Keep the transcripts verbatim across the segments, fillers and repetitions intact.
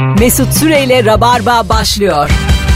Mesut Süreyle Rabarba başlıyor.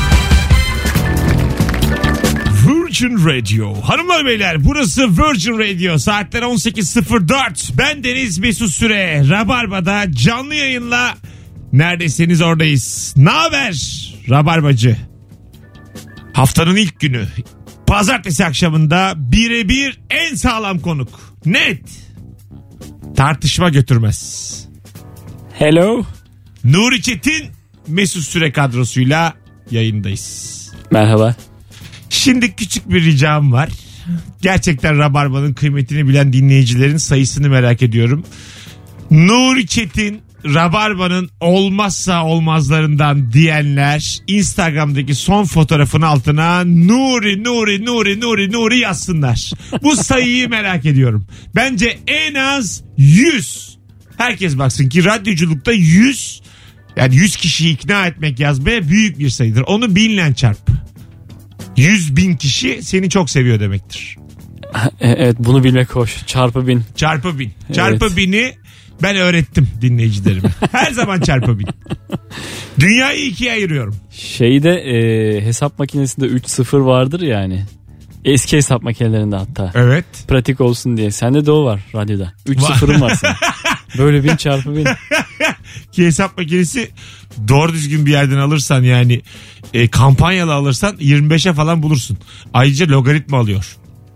Virgin Radio. Hanımlar beyler, burası Virgin Radio. Saatler on sekiz sıfır dört. Ben Deniz Mesut Süre. Rabarba'da canlı yayınla neredesiniz oradayız. Ne haber Rabarbacı? Haftanın ilk günü. Pazartesi akşamında birebir en sağlam konuk. Net. Tartışma götürmez. Hello. Nuri Çetin, Mesut Süre kadrosuyla yayındayız. Merhaba. Şimdi küçük bir ricam var. Gerçekten Rabarba'nın kıymetini bilen dinleyicilerin sayısını merak ediyorum. Nuri Çetin, Rabarba'nın olmazsa olmazlarından diyenler Instagram'daki son fotoğrafın altına Nuri, Nuri, Nuri, Nuri, Nuri yazsınlar. Bu sayıyı merak ediyorum. Bence en az yüz. Herkes baksın ki radyoculukta yüz, yani yüz kişiyi ikna etmek yazmaya büyük bir sayıdır. Onu binle çarp. yüz bin kişi seni çok seviyor demektir. Evet, bunu bilmek hoş. Çarpı bin. Çarpı bin. Çarpı evet. bini ben öğrettim dinleyicilerime. Her zaman çarpı bin. Dünyayı ikiye ayırıyorum. Şeyde e, hesap makinesinde üç sıfır vardır yani. Eski hesap makinelerinde hatta. Evet. Pratik olsun diye. Sende de o var radyoda. üç sıfırın var senin. Böyle bin çarpı bin. Ki hesap makinesi doğru düzgün bir yerden alırsan, yani e, kampanyalı alırsan yirmi beşe falan bulursun. Ayrıca logaritma alıyor.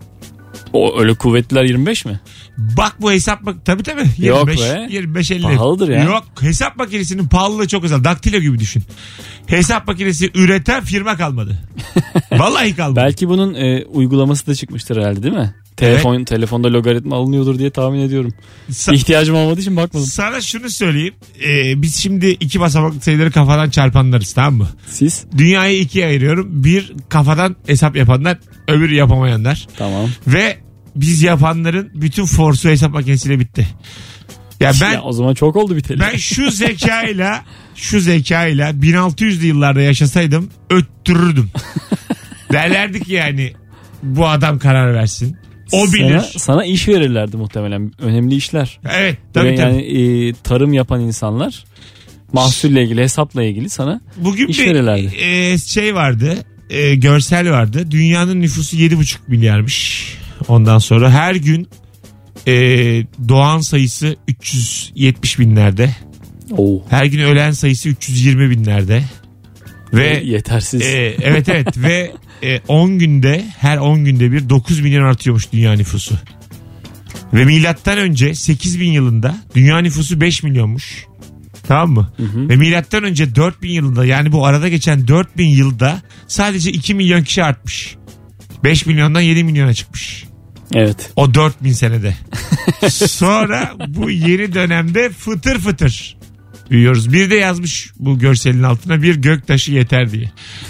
O öyle kuvvetliler yirmi beş mi? Bak bu hesap bak tabii tabii yirmi beş, Yok be. yirmi beş elli. Pahalıdır ya. Yok, hesap makinesinin pahalılığı çok özel. Daktilo gibi düşün. Hesap makinesi üreten firma kalmadı. Vallahi kalmadı. Belki bunun e, uygulaması da çıkmıştır herhalde, değil mi? Telefon evet. Telefonda logaritma alınıyordur diye tahmin ediyorum. Sa- İhtiyacım olmadığı için bakmadım. Sana şunu söyleyeyim. Ee, biz şimdi iki basamaklı sayıları kafadan çarpanlarız, tamam mı? Siz? Dünyayı ikiye ayırıyorum. Bir kafadan hesap yapanlar, öbürü yapamayanlar. Tamam. Ve biz yapanların bütün forsu hesap makinesiyle bitti. Ya ben ya o zaman çok oldu biteli. Ben şu zekayla şu zekayla bin altı yüzlü yıllarda yaşasaydım öttürürdüm. Derlerdik yani bu adam karar versin. O bilir. Sana, sana iş verirlerdi muhtemelen. Önemli işler. Evet. Tabii, Ve tabii. yani e, tarım yapan insanlar mahsulle ilgili, hesapla ilgili sana bugün iş bir, verirlerdi. E, şey vardı. E, görsel vardı. Dünyanın nüfusu yedi buçuk milyarmış. Ondan sonra her gün e, doğan sayısı üç yüz yetmiş binlerde. Oo. Her gün ölen sayısı üç yüz yirmi binlerde. Ve e, yetersiz. E, evet evet ve e, on günde her on günde bir dokuz milyon artıyormuş dünya nüfusu. Ve milattan önce sekiz bin yılında dünya nüfusu beş milyonmuş. Tamam mı? Hı hı. Ve milattan önce dört bin yılında, yani bu arada geçen dört bin yılda sadece iki milyon kişi artmış. beş milyondan yedi milyona çıkmış. Evet. O dört bin senede. Sonra bu yeni dönemde fıtır fıtır büyüyoruz. Bir de yazmış bu görselin altına, bir göktaşı yeter diye.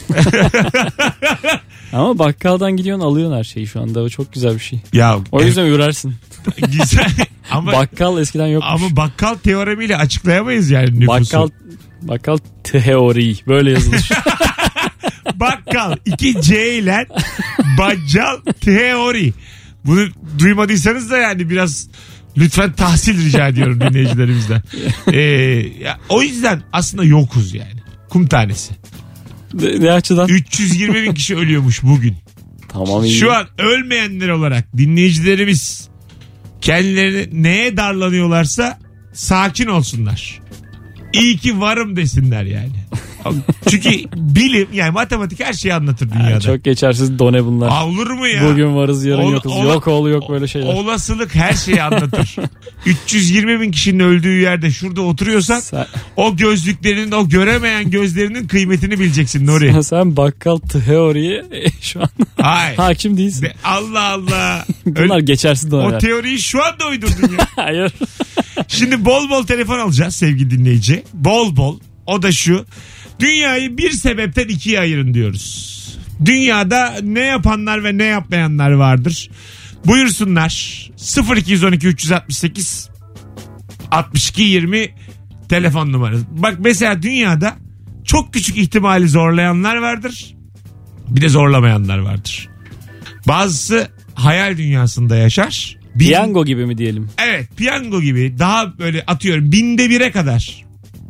Ama bakkaldan gidiyorsun, alıyorsun her şeyi şu anda. O çok güzel bir şey. Ya, o yüzden ürersin. Güzel. Ama, bakkal eskiden yokmuş. Ama bakkal teoremiyle açıklayamayız yani nüfusu. Bakkal, bakkal teori böyle yazılır. Bakkal iki C ile baccal teori. Bunu duymadıysanız da yani biraz lütfen tahsil rica ediyorum dinleyicilerimizden. Ee, ya, o yüzden aslında yokuz yani. Kum tanesi. Ne, ne açıdan? üç yüz yirmi bin kişi ölüyormuş bugün. Tamam, iyi. Şu an ölmeyenler olarak dinleyicilerimiz kendilerini neye darlanıyorlarsa sakin olsunlar. İyi ki varım desinler yani. Çünkü bilim, yani matematik her şeyi anlatır dünyada. Yani çok geçersiz done bunlar. Aa, olur mu ya? Bugün varız, yarın Ol, yokuz. ola, yok oğlu yok böyle şeyler. Olasılık her şeyi anlatır. üç yüz yirmi bin kişinin öldüğü yerde şurada oturuyorsan sen... o gözlüklerinin, o göremeyen gözlerinin kıymetini bileceksin Nuri. Sen, sen bakkal teoriye şu an Hayır. hakim değilsin. Be, Allah Allah. Bunlar Öyle, geçersiz doneler. O teoriyi şu anda uydurdun ya. Hayır. Şimdi bol bol telefon alacağız sevgili dinleyici. Bol bol. O da şu. Dünyayı bir sebepten ikiye ayırın diyoruz. Dünyada ne yapanlar ve ne yapmayanlar vardır. Buyursunlar. sıfır iki on iki üç altı sekiz altmış iki yirmi telefon numarası. Bak mesela dünyada çok küçük ihtimali zorlayanlar vardır. Bir de zorlamayanlar vardır. Bazısı hayal dünyasında yaşar. Bin... Piyango gibi mi diyelim? Evet, piyango gibi. Daha böyle atıyorum binde bire kadar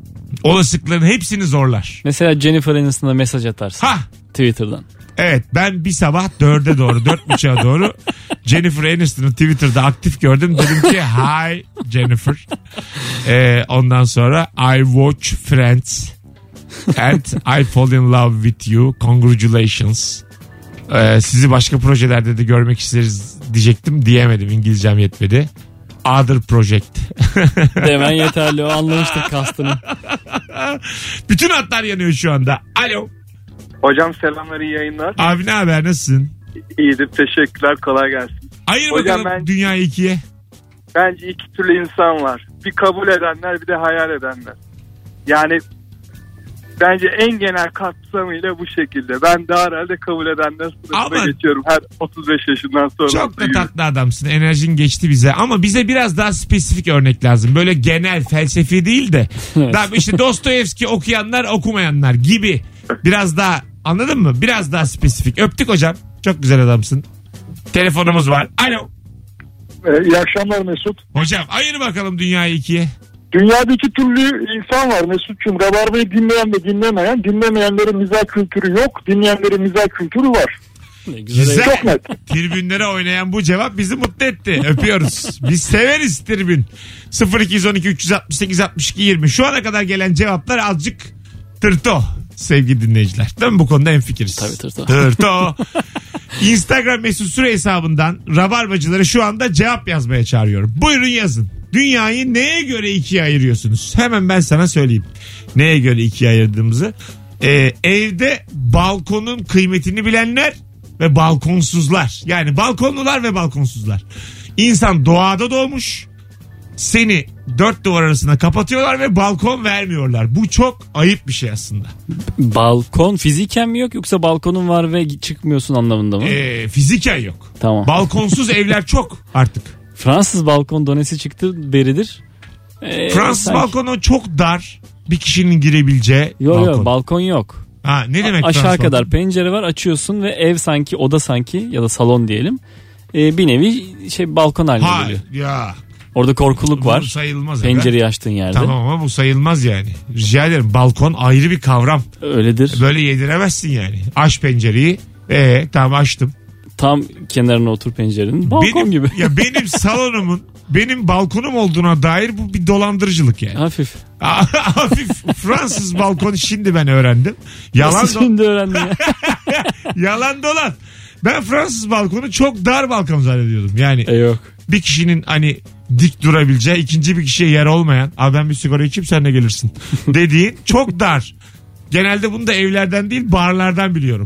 olasılıkların hepsini zorlar. Mesela Jennifer Aniston'a mesaj atarsın. Ha. Twitter'dan. Evet, ben bir sabah dörde doğru dört buçuğa doğru Jennifer Aniston'u Twitter'da aktif gördüm. Dedim ki hi Jennifer. Ee, ondan sonra I watch Friends and I fall in love with you. Congratulations. Ee, sizi başka projelerde de görmek isteriz diyecektim. Diyemedim, İngilizcem yetmedi. Other project. Demen yeterli, o anlamıştık kastını. Bütün hatlar yanıyor şu anda. Alo. Hocam selamlar, iyi yayınlar. Abi ne haber, nasılsın? İyidir, teşekkürler, kolay gelsin. Ayır Hocam bakalım ben, dünyayı ikiye. Bence iki türlü insan var. Bir kabul edenler, bir de hayal edenler. Yani bence en genel kapsamıyla bu şekilde. Ben de herhalde kabul edenler sırasına Ama geçiyorum her otuz beş yaşından sonra. Çok da tatlı adamsın, enerjin geçti bize ama bize biraz daha spesifik örnek lazım. Böyle genel felsefi değil de daha işte Dostoyevski okuyanlar okumayanlar gibi. Biraz daha, anladın mı? Biraz daha spesifik. Öptük hocam. Çok güzel adamsın. Telefonumuz var. Alo. Ee, iyi akşamlar Mesut. Hocam ayır bakalım dünyayı ikiye. Dünyada iki türlü insan var Mesut'cum. Rabarba'yı dinleyen ve dinlemeyen. Dinlemeyenlerin mizah kültürü yok. Dinleyenlerin mizah kültürü var. Güzel. Çok net. Tribünlere oynayan bu cevap bizi mutlu etti. Öpüyoruz. Biz severiz tribün. sıfır iki on iki üç altı sekiz altmış iki yirmi. Şu ana kadar gelen cevaplar azıcık tırto sevgili dinleyiciler. Değil mi, bu konuda hemfikiriz? Tabii tırto. Tırto. Instagram Mesut Süre hesabından Rabarbacıları şu anda cevap yazmaya çağırıyorum. Buyurun yazın. Dünyayı neye göre ikiye ayırıyorsunuz? Hemen ben sana söyleyeyim. Neye göre ikiye ayırdığımızı. Ee, evde balkonun kıymetini bilenler ve balkonsuzlar. Yani balkonlular ve balkonsuzlar. İnsan doğada doğmuş. Seni dört duvar arasında kapatıyorlar ve balkon vermiyorlar. Bu çok ayıp bir şey aslında. Balkon fiziken mi yok yoksa balkonun var ve çıkmıyorsun anlamında mı? Ee, fiziken yok. Tamam. Balkonsuz evler çok artık. Fransız balkon donesi çıktı beridir. Ee, Fransız sanki... balkonu çok dar. Bir kişinin girebileceği yok, balkon. Yok balkon yok. Ha, ne demek A- aşağı Fransız kadar balkon? pencere var, açıyorsun ve ev sanki oda sanki ya da salon diyelim. Ee, bir nevi şey balkon haline Ha geliyor. ya. Orada korkuluk Bu var. sayılmaz. Pencereyi açtığın yerde. Tamam ama bu sayılmaz yani. Rica ederim, balkon ayrı bir kavram. Öyledir. Böyle yediremezsin yani. Aç pencereyi. Ee, tamam açtım. Tam kenarına otur pencerenin. Balkon benim, gibi. Ya benim salonumun benim balkonum olduğuna dair bu bir dolandırıcılık yani. Hafif. Hafif Fransız balkonu şimdi ben öğrendim. Yalan Nasıl şimdi öğrendin ya? Yalan dolan. Ben Fransız balkonu çok dar balkon zannediyordum. Yani E yok. bir kişinin hani dik durabileceği, ikinci bir kişiye yer olmayan, abi ben bir sigara içeyim sen de gelirsin dediğin çok dar. Genelde bunu da evlerden değil barlardan biliyorum.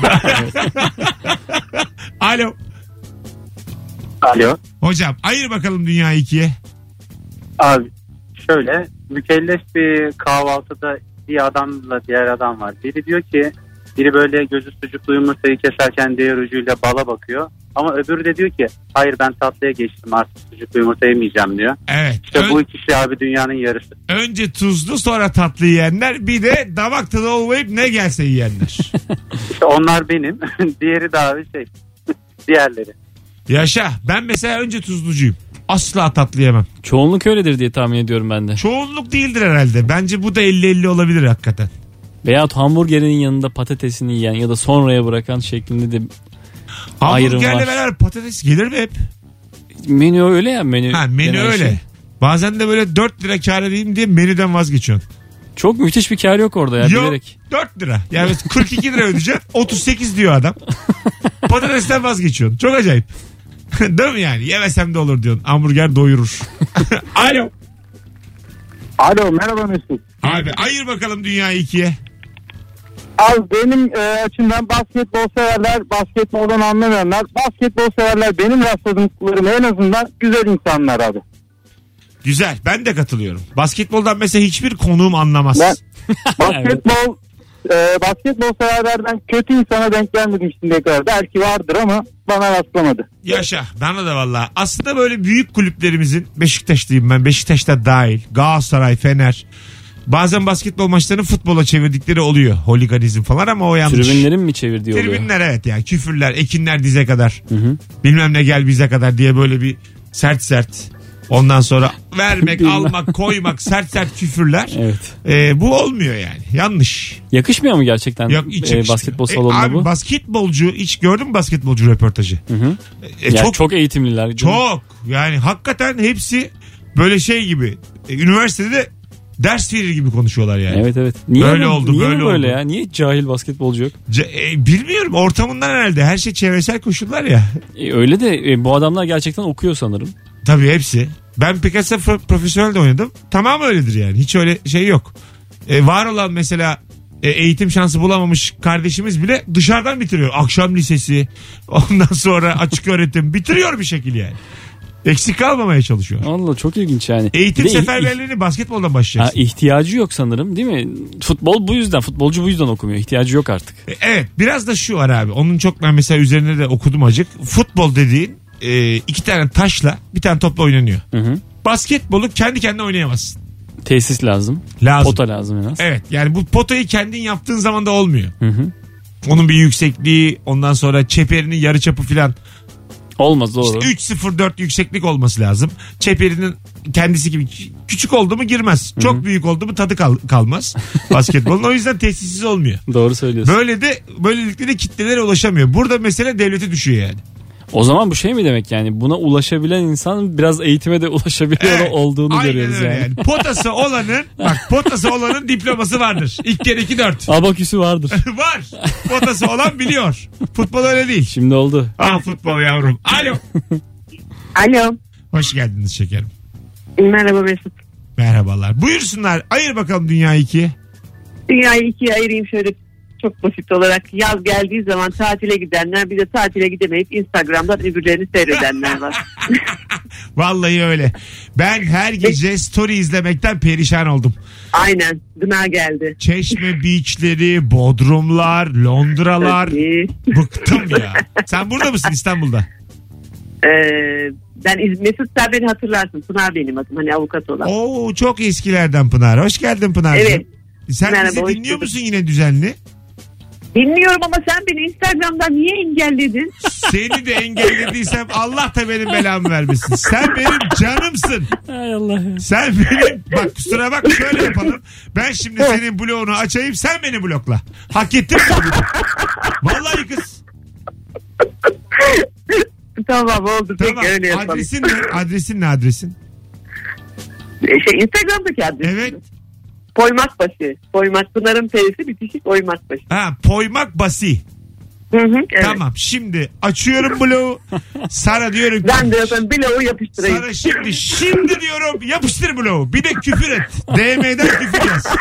Alo. Alo. Hocam ayır bakalım dünyayı ikiye. Abi şöyle, mükellef bir kahvaltıda bir adamla diğer adam var. Biri diyor ki, biri böyle gözü sucuklu yumurtayı keserken diğer ucuyla bala bakıyor. Ama öbürü de diyor ki hayır ben tatlıya geçtim, artık sucuklu yumurta yemeyeceğim diyor. Evet. İşte Ön- bu ikisi abi dünyanın yarısı. Önce tuzlu sonra tatlı yiyenler, bir de damak tadı olmayıp ne gelse yiyenler. İşte onlar benim. Diğeri de abi şey diğerleri. Yaşa. Ben mesela önce tuzlucuyum. Asla tatlı yemem. Çoğunluk öyledir diye tahmin ediyorum ben de. Çoğunluk değildir herhalde. Bence bu da elli elli olabilir hakikaten. Veyahut hamburgerin yanında patatesini yiyen ya da sonraya bırakan şeklinde de ayrım Hamburgerle var. beraber patates gelir mi hep? Menü öyle ya. Menü, Ha, menü denen öyle. şey. Bazen de böyle dört lira kâr edeyim diye menüden vazgeçiyorsun. Çok müthiş bir kar yok orada ya. Yok Bilerek. dört lira. Yani kırk iki lira ödeyeceksin. otuz sekiz diyor adam. Patatesten vazgeçiyorsun. Çok acayip. Değil mi yani? Yemesem de olur diyorsun. Hamburger doyurur. Alo. Alo, merhaba Mesut. Abi ayır bakalım dünyayı ikiye. Abi benim e, açımdan basketbol severler, basketboldan anlamayanlar, basketbol severler benim rastladığım en azından güzel insanlar abi. Güzel. Ben de katılıyorum. Basketboldan mesela hiçbir konuğum anlamaz. Ben basketbol e, basketbol severlerden kötü insana denk gelmedim şimdiye kadar. Belki vardır ama bana rastlamadı. Yaşa. Bana da valla. Aslında böyle büyük kulüplerimizin, Beşiktaşlıyım ben. Beşiktaş'ta dahil. Galatasaray, Fener. Bazen basketbol maçlarını futbola çevirdikleri oluyor. Holiganizm falan ama o yanlış. Tribünlerin mi çevirdiği oluyor? Tribünler evet yani. Küfürler, ekinler dize kadar. Hı hı. Bilmem ne gel bize kadar diye böyle bir sert sert. Ondan sonra vermek, Bilmem. almak, koymak, sert sert küfürler. Evet. Ee, bu olmuyor yani. Yanlış. Yakışmıyor mu gerçekten Yok, hiç e, yakışmıyor. basketbol E, salonunda abi, bu? basketbolcu hiç gördün mü basketbolcu röportajı? Hı hı. E, Yani çok çok eğitimliler. çok yani hakikaten hepsi böyle şey gibi. E, üniversitede de ders verir gibi konuşuyorlar yani. Evet evet. Niye Böyle mi, oldu, niye böyle mi böyle oldu. ya? Niye cahil basketbolcu yok? Ce- e, bilmiyorum, ortamından herhalde. Her şey çevresel koşullar ya. E, öyle de e, bu adamlar gerçekten okuyor sanırım. Tabii hepsi. Ben Picasso pro- profesyonel de oynadım. Tamam öyledir yani. Hiç öyle şey yok. E, var olan mesela e, eğitim şansı bulamamış kardeşimiz bile dışarıdan bitiriyor. Akşam lisesi, ondan sonra açık öğretim bitiriyor bir şekilde yani. Eksik kalmamaya çalışıyor. Allah çok ilginç yani. Eğitim Bir de ih- seferberliğini basketboldan Ha, başlayacaksın. ihtiyacı yok sanırım değil mi? Futbol bu yüzden. Futbolcu bu yüzden okumuyor. İhtiyacı yok artık. E, Evet, biraz da şu var abi. Onun çok ben mesela üzerine de okudum acık. Futbol dediğin e, iki tane taşla bir tane topla oynanıyor. Hı hı. Basketbolu kendi kendine oynayamazsın. Tesis lazım. Lazım. Pota lazım en az. Evet, yani bu potayı kendin yaptığın zaman da olmuyor. Hı hı. Onun bir yüksekliği, ondan sonra çeperinin yarıçapı filan. Olmaz doğru. İşte üç sıfır dört yükseklik olması lazım. Çeperinin kendisi gibi küçük oldu mu girmez. Çok büyük oldu mu tadı kal- kalmaz basketbolun. O yüzden tesissiz olmuyor. Doğru söylüyorsun. Böyle de böylelikle de kitlelere ulaşamıyor. Burada mesele devlete düşüyor yani. O zaman bu şey mi demek yani? Buna ulaşabilen insan biraz eğitime de ulaşabiliyor Evet, olduğunu aynen görüyoruz öyle yani. yani. Potası olanın bak potası olanın diploması vardır. İlk kere iki dört. Abaküsü vardır. Var. Potası olan biliyor. Futbol öyle değil. Şimdi oldu. Ah futbol yavrum. Alo. Alo. Hoş geldiniz şekerim. Merhaba Mesut. Merhabalar. Buyursunlar. Ayır bakalım dünyayı ikiye. Dünyayı ikiye ayırayım şöyle çok basit olarak. Yaz geldiği zaman tatile gidenler, bir de tatile gidemeyip Instagram'dan öbürlerini seyredenler var. Vallahi öyle. Ben her gece story izlemekten perişan oldum. Aynen. Gına geldi. Çeşme beachleri, Bodrumlar, Londralar. Ee, Bıktım ya. Sen burada mısın İstanbul'da? Ee, ben İz- Mesut sen beni hatırlarsın. Pınar benim adım. Hani avukat olan. Oo çok eskilerden Pınar. Hoş geldin Pınar'cığım. Evet. Sen Merhaba, bizi hoş dinliyor bulduk. musun yine düzenli? Bilmiyorum ama sen beni Instagram'dan niye engelledin? Seni de engellediysem Allah da benim belamı vermesin. Sen benim canımsın. Hay Allah ya. Sen benim bak kusura bak şöyle yapalım. Ben şimdi senin bloğunu açayım sen beni blokla. Hak ettin mi? Vallahi kız. Tamam oldu. Peki Tamam. öyle yapalım. Adresin ne? Adresin ne adresin? Şey, Instagram'daki adresim. Evet. Poymakbaşı. Poymak Pınar'ın perisi bitişik Poymakbaşı. Ha, Poymak Basi. Hı hı, evet. Tamam. Şimdi açıyorum bloğu. Sana diyorum ki. Ben de zaten bloğu yapıştırayım. Sana şimdi şimdi diyorum yapıştır bloğu. Bir de küfür et. D M'den küfür yaz.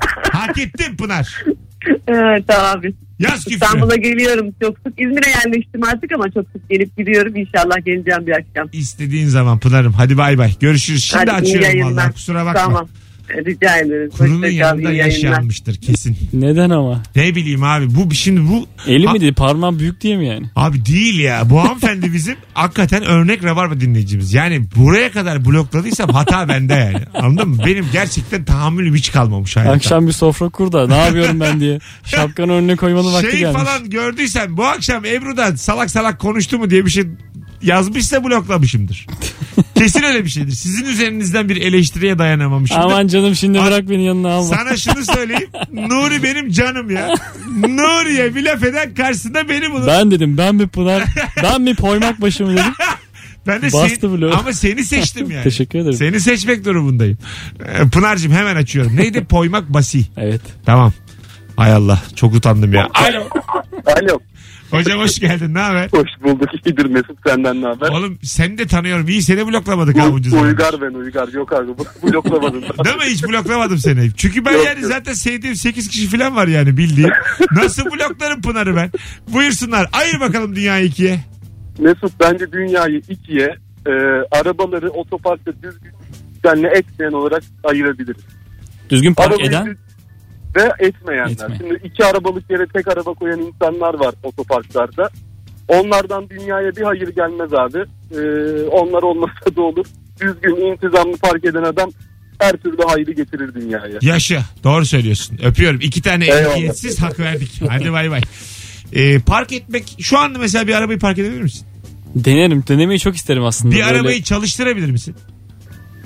Hak ettin Pınar. Evet tamam abi. Yaz küfürü. İstanbul'a geliyorum çok sık. İzmir'e yerleştim artık ama çok sık gelip gidiyorum. İnşallah geleceğim bir akşam. İstediğin zaman Pınar'ım. Hadi bay bay. Görüşürüz. Şimdi Hadi, iyi açıyorum yayınlar. vallahi. Kusura bakma. Tamam. Rica ederim. Kurunun Hoşça kal, yanında iyi yaş yayınlar. yanmıştır kesin. Neden ama? Ne bileyim abi bu şimdi bu Elim Ha- mi dedi parmağım büyük diye mi yani? abi değil ya. Bu hanımefendi bizim hakikaten örnek Rabarba dinleyicimiz. Yani buraya kadar blokladıysam hata bende yani. Anladın mı? Benim gerçekten tahammülüm hiç kalmamış hayatta. Akşam bir sofra kur da ne yapıyorum ben diye. Şapkanın önüne koymanın vakti şey gelmiş. falan gördüysen bu akşam Ebru'dan salak salak konuştu mu diye bir şey yazmışsa bloklamışımdır. Kesin öyle bir şeydir. Sizin üzerinizden bir eleştiriye dayanamamışımdır. Aman canım şimdi Ay- bırak beni yanına alma. Sana şunu söyleyeyim. Nuri benim canım ya. Nuri'ye bir laf eden karşısında beni bulur. Ben dedim ben bir Pınar ben bir Poymak başımı dedim. Ben de Bastı seni, bloğu. ama seni seçtim yani. Teşekkür ederim. Seni seçmek durumundayım. Ee, Pınar'cığım hemen açıyorum. Neydi? Poymak Basi. Evet. Tamam. Hay Allah. Çok utandım ya. Alo. Alo. Hocam hoş geldin. Ne haber? Hoş bulduk. İyidir Mesut, senden ne haber? Oğlum seni de tanıyorum. İyi seni bloklamadık ha bunca zamandır. Uygar ben Uygar. Yok abi bu- bloklamadım. Değil mi? Hiç bloklamadım seni. Çünkü ben Yok, yani yok. zaten sevdiğim sekiz kişi falan var yani bildiğim. Nasıl bloklarım Pınar'ı ben? Buyursunlar. Ayır bakalım dünyayı ikiye. Mesut bence dünyayı ikiye e, arabaları otoparkta düzgün düzenli etmeyen olarak ayırabiliriz. Düzgün park Arabayı eden. düz- ve etmeyenler. Etme. Şimdi iki arabalık yere tek araba koyan insanlar var otoparklarda. Onlardan dünyaya bir hayır gelmez abi. Ee, onlar olmasa da olur. Düzgün, intizamlı park eden adam her türlü hayrı getirir dünyaya. Yaşa. Doğru söylüyorsun. Öpüyorum. İki tane Eyvallah. ehliyetsiz hak verdik. Hadi bay bay. Ee, park etmek şu anda mesela bir arabayı park edebilir misin? Denerim. Denemeyi çok isterim aslında. Bir Böyle arabayı çalıştırabilir misin?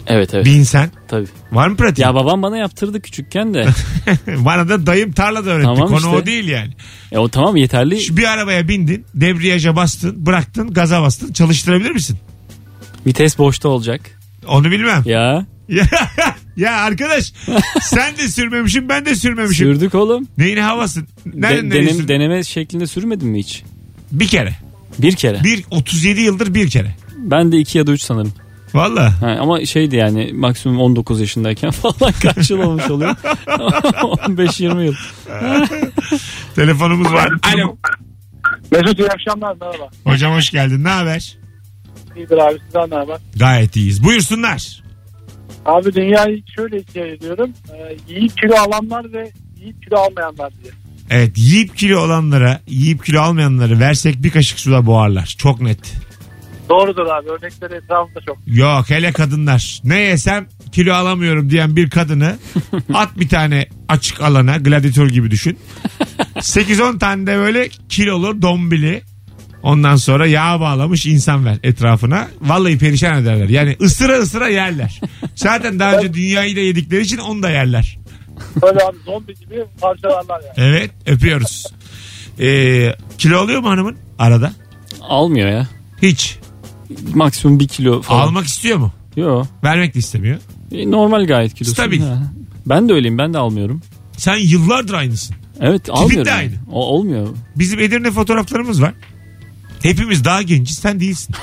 Evet evet. Bir insan. Tabii. Var mı pratik? Ya babam bana yaptırdı küçükken de. Bana da dayım tarlada öğretti. Tamam Konu işte. o değil yani. E o tamam yeterli. Şu bir arabaya bindin, debriyaja bastın, bıraktın, gaza bastın. Çalıştırabilir misin? Vites boşta olacak. Onu bilmem. Ya. Ya, ya arkadaş sen de sürmemişsin, ben de sürmemişim. Sürdük oğlum. Neyin havası? Nereden De- nereye denem- sürdün? deneme şeklinde sürmedin mi hiç? Bir kere. Bir kere. Bir otuz yedi yıldır bir kere. Ben de iki ya da üç sanırım. Valla. Ha, ama şeydi yani maksimum on dokuz yaşındayken falan kaç yıl olmuş oluyor? on beş yirmi yıl. Telefonumuz var. Alo. Mesut iyi akşamlar, merhaba. Hocam hoş geldin. Ne haber? İyidir abi, sizden ne haber? Gayet iyiyiz. Buyursunlar. Abi dünyayı şöyle ikiye ediyorum. Ee, yiyip kilo alanlar ve yiyip kilo almayanlar diye. Evet, yiyip kilo olanlara, yiyip kilo almayanlara versek bir kaşık suda boğarlar. Çok net. Doğrudur abi, örnekleri etrafında çok. Yok, hele kadınlar. Ne yesem kilo alamıyorum diyen bir kadını at bir tane açık alana, gladyatör gibi düşün. sekiz on tane de böyle kilolu dombili, ondan sonra yağ bağlamış insan ver etrafına. Vallahi perişan ederler. Yani ısıra ısıra yerler. Zaten daha önce dünyayı da yedikleri için onu da yerler. Böyle abi zombi gibi parçalarlar yani. Evet, öpüyoruz. Ee, kilo alıyor mu hanımın arada? Almıyor ya. Hiç. Maksimum bir kilo falan. Almak istiyor mu? Yok. Vermek de istemiyor. E, normal gayet kilosu. Stabil. Ha. Ben de öyleyim, ben de almıyorum. Sen yıllardır aynısın. Evet almıyorum. de yani. aynı. O, olmuyor. Bizim Edirne fotoğraflarımız var. Hepimiz daha genciz, sen değilsin.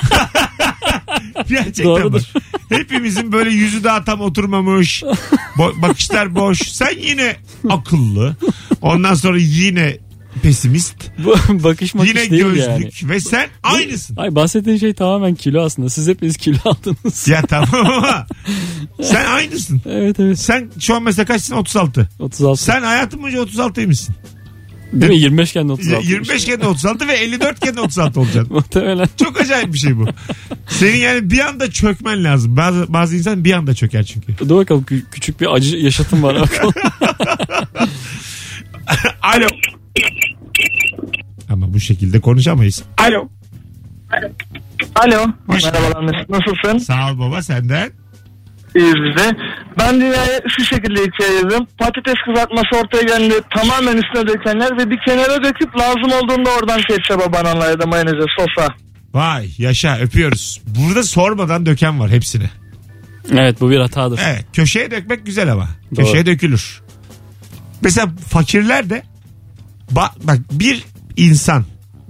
Gerçekten Doğrudur. bak. Hepimizin böyle yüzü daha tam oturmamış. Bo- bakışlar boş. Sen yine akıllı. Ondan sonra yine pesimist. Bu bakış makış Yine değil gözlük. yani. Ve sen aynısın. Ay bahsettiğin şey tamamen kilo aslında. Siz hepiniz kilo aldınız. Ya tamam ama sen aynısın. Evet evet. Sen şu an mesela kaçsın? otuz altı. otuz altı. Sen hayatın boyunca otuz altıymışsın. Değil mi? yirmi beş iken de otuz altı. yirmi beş iken de otuz altı ve elli dört iken de otuz altı olacaksın. Muhtemelen. Çok acayip bir şey bu. Senin yani bir anda çökmen lazım. Bazı bazı insan bir anda çöker çünkü. Dur bakalım, kü- küçük bir acı yaşatım var. Bakalım. Alo. Ama bu şekilde konuşamayız. Alo. Alo. Hoş Merhabalar Mesut. Nasılsın? Sağ ol baba, senden. İyiyiz biz de. Ben dünyayı şu şekilde ikiye ayırdım. Patates kızartması ortaya geldi. Tamamen üstüne dökenler ve bir kenara döküp lazım olduğunda oradan ketçaba, bananla ya da mayoneze, sosa. Vay yaşa, öpüyoruz. Burada sormadan döken var hepsini. Evet, bu bir hatadır. Evet, köşeye dökmek güzel ama. Doğru. Köşeye dökülür. Mesela fakirler de ba- bak bir insan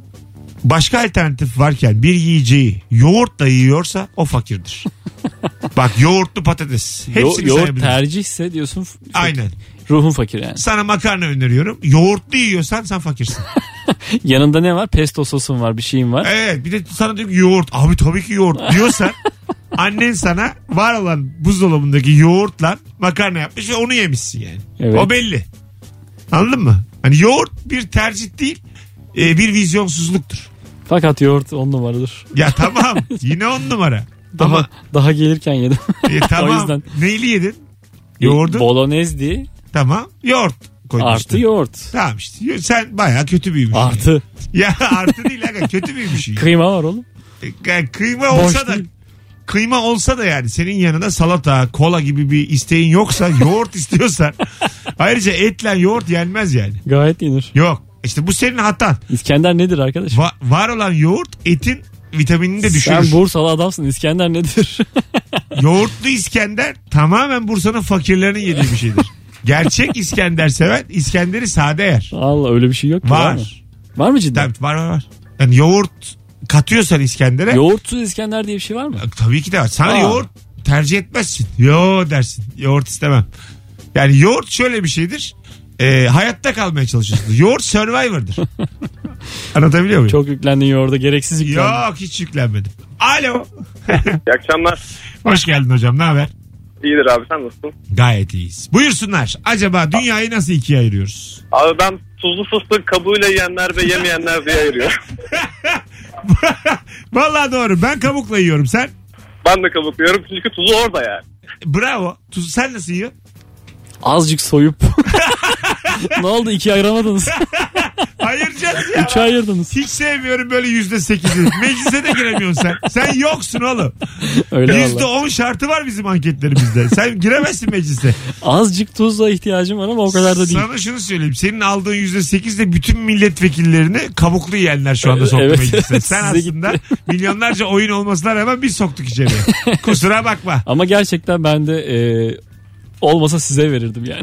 başka alternatif varken bir yiyeceği yoğurtla yiyorsa o fakirdir. Bak, yoğurtlu patates. Yo- Hepsini yoğurt sayabilirim. tercihse diyorsun. f- Aynen. Ruhun fakir yani. Sana makarna öneriyorum. Yoğurtlu yiyorsan sen fakirsin. Yanında ne var? Pesto sosun var, bir şeyin var. Evet, bir de sana diyor ki yoğurt. Abi tabii ki yoğurt diyorsan annen sana var olan buzdolabındaki yoğurtla makarna yapmış ve onu yemişsin yani. Evet. O belli. Anladın mı? Hani yoğurt bir tercih değil, e, bir vizyonsuzluktur. Fakat yoğurt on numaradır. Ya tamam, yine on numara. Daha, Ama daha gelirken yedim. e, tamam. O yüzden. Neyli yedin? Yoğurdu. Bolognese Tamam. Yoğurt koymuştun. artı yoğurt. Tamam işte. Sen bayağı kötü büyümüşsün. Artı. Yani. Ya artı değil aga, kötü büyümüşsün. Kıyma var oğlum. Yani kıyma olsa da değil. kıyma olsa da yani senin yanında salata, kola gibi bir isteğin yoksa, yoğurt istiyorsan, ayrıca etle yoğurt yenmez yani. Gayet yenir. Yok. İşte bu senin hatan. İskender nedir arkadaş? Va- var olan yoğurt etin vitaminini de düşürür. Sen Bursalı adamsın. İskender nedir? Yoğurtlu İskender tamamen Bursa'nın fakirlerinin yediği bir şeydir. Gerçek İskender seven İskender'i sade yer. Allah, öyle bir şey yok ki. Var. mı? Var mı cidden? Tabii, var var var. Yani yoğurt katıyorsan İskender'e. Yoğurtsuz İskender diye bir şey var mı? Tabii ki de var. Sana Aa. yoğurt tercih etmezsin. Yo dersin. Yoğurt istemem. Yani yoğurt şöyle bir şeydir. Ee, hayatta kalmaya çalışıyorsun. Yoğurt Survivor'dır. Anlatabiliyor muyum? Çok yüklendin yoğurda, gereksiz yüklendin. Yok, hiç yüklenmedim. Alo. İyi akşamlar. Hoş geldin hocam, ne haber? İyidir abi, sen nasılsın? Gayet iyiyiz. Buyursunlar. Acaba dünyayı nasıl ikiye ayırıyoruz? Abi ben tuzlu fıstık kabuğuyla yiyenler ve yemeyenler diye ayırıyorum. Vallahi doğru. Ben kabukla yiyorum. Sen? Ben de kabuk yiyorum çünkü tuzu orada yani. Bravo. Tuz, sen nasıl yiyorsun? Azıcık soyup. Ne oldu, ikiye ayıramadınız? Hayır yapacağız ya? Üçe ayırdınız. Hiç sevmiyorum böyle yüzde sekizi. Meclise de giremiyorsun sen. Sen yoksun oğlum. Öyle Yüzde on şartı var bizim anketlerimizde. Sen giremezsin meclise. Azıcık tuzla ihtiyacım var ama o kadar da değil. Sana şunu söyleyeyim. Senin aldığın yüzde sekizle bütün milletvekillerini kabuklu yiyenler şu anda soktu Evet, meclise. evet, Sen size aslında milyonlarca oyun olmasına rağmen biz soktuk içeriye. Kusura bakma. Ama gerçekten ben de e, olmasa size verirdim yani.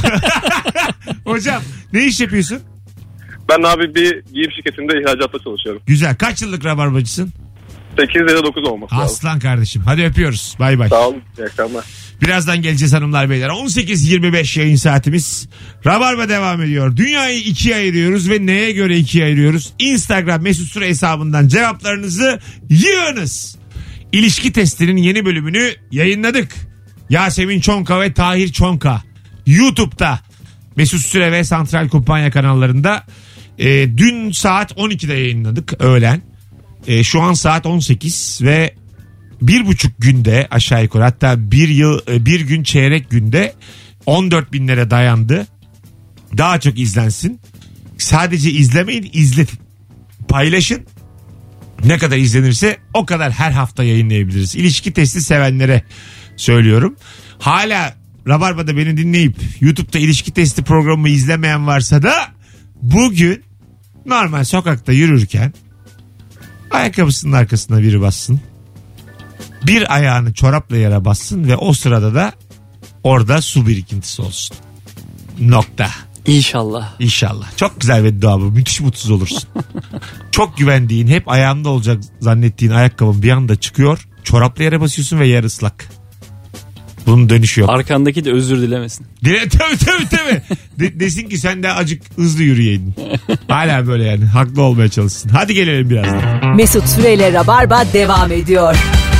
Hocam ne iş yapıyorsun? Ben abi bir giyim şirketinde ihracatta çalışıyorum. Güzel. Kaç yıllık rabarbacısın? sekiz ya da dokuz olması lazım. Aslan kardeşim. Hadi öpüyoruz. Bay bay. Sağ olun. İyi akşamlar. Birazdan geleceğiz hanımlar beyler. on sekiz yirmi beş yayın saatimiz. Rabarba devam ediyor. Dünyayı ikiye ayırıyoruz ve neye göre ikiye ayırıyoruz? Instagram Mesut Süre hesabından cevaplarınızı yığınız. İlişki testinin yeni bölümünü yayınladık. Yasemin Çonka ve Tahir Çonka. YouTube'da Mesut Süre ve Santral Kumpanya kanallarında. E, dün saat on ikide yayınladık öğlen. E, şu an saat on sekiz ve bir buçuk günde aşağı yukarı, hatta bir yıl bir gün çeyrek günde on dört binlere dayandı. Daha çok izlensin. Sadece izlemeyin, izletin. Paylaşın. Ne kadar izlenirse o kadar her hafta yayınlayabiliriz. İlişki testi sevenlere söylüyorum. Hala Rabarba'da beni dinleyip YouTube'da ilişki testi programımı izlemeyen varsa da bugün normal sokakta yürürken ayakkabısının arkasına biri bassın. Bir ayağını çorapla yere bassın ve o sırada da orada su birikintisi olsun. Nokta. İnşallah. İnşallah. Çok güzel beddua bu. Müthiş mutsuz olursun. Çok güvendiğin, hep ayağında olacak zannettiğin ayakkabın bir anda çıkıyor. Çorapla yere basıyorsun ve yer ıslak. Bunun dönüşü yok. Arkandaki de özür dilemesin. Dile, tabii tabii tabii. De, desin ki sen de acık hızlı yürüyeydin. Hala böyle yani. Haklı olmaya çalışsın. Hadi gelelim birazdan. Mesut Süre ile Rabarba devam ediyor.